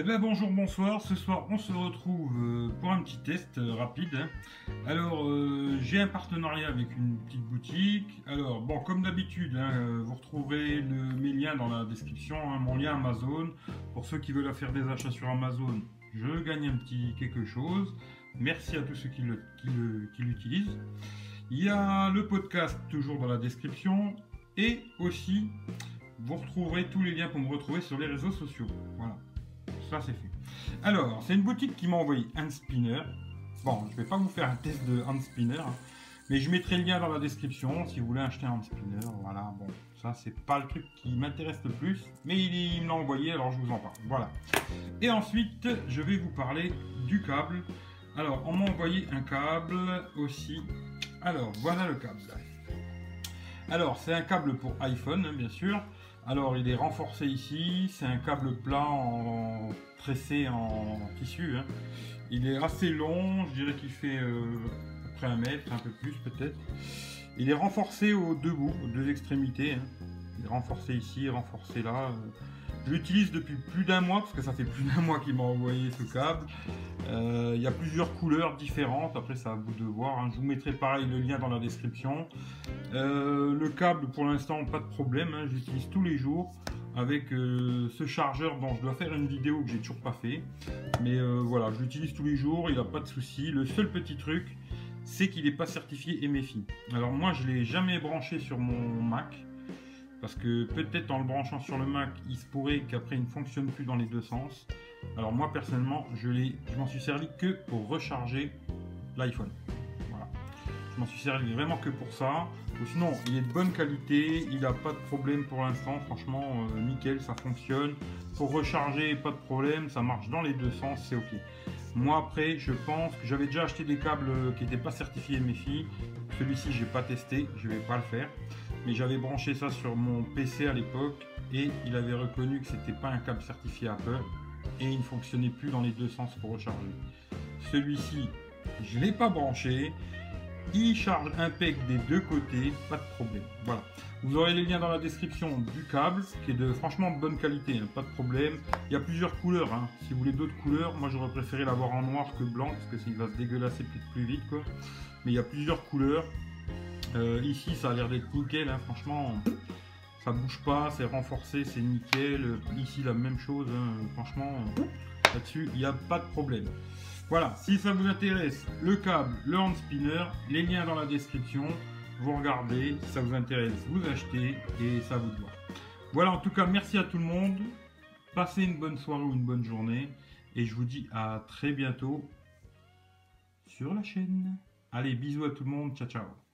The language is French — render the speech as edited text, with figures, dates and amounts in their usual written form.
Eh bien bonjour, bonsoir, ce soir on se retrouve pour un petit test rapide. Alors j'ai un partenariat avec une petite boutique. Alors bon, comme d'habitude, vous retrouverez mes liens dans la description, mon lien Amazon. Pour ceux qui veulent faire des achats sur Amazon, je gagne un petit quelque chose. Merci à tous ceux qui l'utilisent. Il y a le podcast toujours dans la description et aussi vous retrouverez tous les liens pour me retrouver sur les réseaux sociaux. Voilà. Ça c'est fait. Alors, c'est une boutique qui m'a envoyé un spinner. Bon, je vais pas vous faire un test de hand spinner, mais je mettrai le lien dans la description si vous voulez acheter un hand spinner. Voilà, bon, ça c'est pas le truc qui m'intéresse le plus, mais il me l'a envoyé, alors je vous en parle. Voilà. Et ensuite, je vais vous parler du câble. Alors, on m'a envoyé un câble aussi. Alors, voilà le câble. Alors, c'est un câble pour iPhone, bien sûr. Alors, il est renforcé ici. C'est un câble plat tressé en tissu. Il est assez long. Je dirais qu'il fait à peu près 1 mètre, un peu plus peut-être. Il est renforcé aux deux bouts, aux deux extrémités. Il est renforcé ici, renforcé là. Je l'utilise depuis plus d'1 mois, parce que ça fait plus d'1 mois qu'il m'a envoyé ce câble. Il y a plusieurs couleurs différentes, après c'est à vous de voir. Je vous mettrai pareil le lien dans la description. Le câble pour l'instant pas de problème, j'utilise tous les jours avec ce chargeur dont je dois faire une vidéo que j'ai toujours pas fait. Mais voilà, je l'utilise tous les jours, il n'a pas de souci. Le seul petit truc, c'est qu'il n'est pas certifié MFI. Alors moi je ne l'ai jamais branché sur mon Mac. Parce que peut-être en le branchant sur le Mac, il se pourrait qu'après il ne fonctionne plus dans les deux sens. Alors moi personnellement, je m'en suis servi que pour recharger l'iPhone. Voilà. Je m'en suis servi vraiment que pour ça. Ou sinon, il est de bonne qualité, il n'a pas de problème pour l'instant. Franchement, nickel, ça fonctionne. Pour recharger, pas de problème, ça marche dans les deux sens, c'est ok. Moi après, je pense que j'avais déjà acheté des câbles qui n'étaient pas certifiés MFI. Celui-ci, je n'ai pas testé, je ne vais pas le faire. Mais j'avais branché ça sur mon PC à l'époque et il avait reconnu que c'était pas un câble certifié Apple et il ne fonctionnait plus dans les deux sens pour recharger. Celui-ci, je l'ai pas branché, il charge impec des deux côtés, pas de problème. Voilà. Vous aurez les liens dans la description du câble qui est de franchement de bonne qualité, pas de problème. Il y a plusieurs couleurs, si vous voulez d'autres couleurs, moi j'aurais préféré l'avoir en noir que blanc parce que il va se dégueulasser peut-être plus vite quoi. Mais il y a plusieurs couleurs. Ici ça a l'air d'être nickel, franchement ça bouge pas, c'est renforcé, c'est nickel. Ici la même chose, franchement là-dessus il n'y a pas de problème. Voilà, si ça vous intéresse, le câble, le hand spinner, les liens dans la description, vous regardez, si ça vous intéresse vous achetez et ça vous doit. Voilà, en tout cas merci à tout le monde, passez une bonne soirée ou une bonne journée et je vous dis à très bientôt sur la chaîne. Allez, bisous à tout le monde, ciao ciao.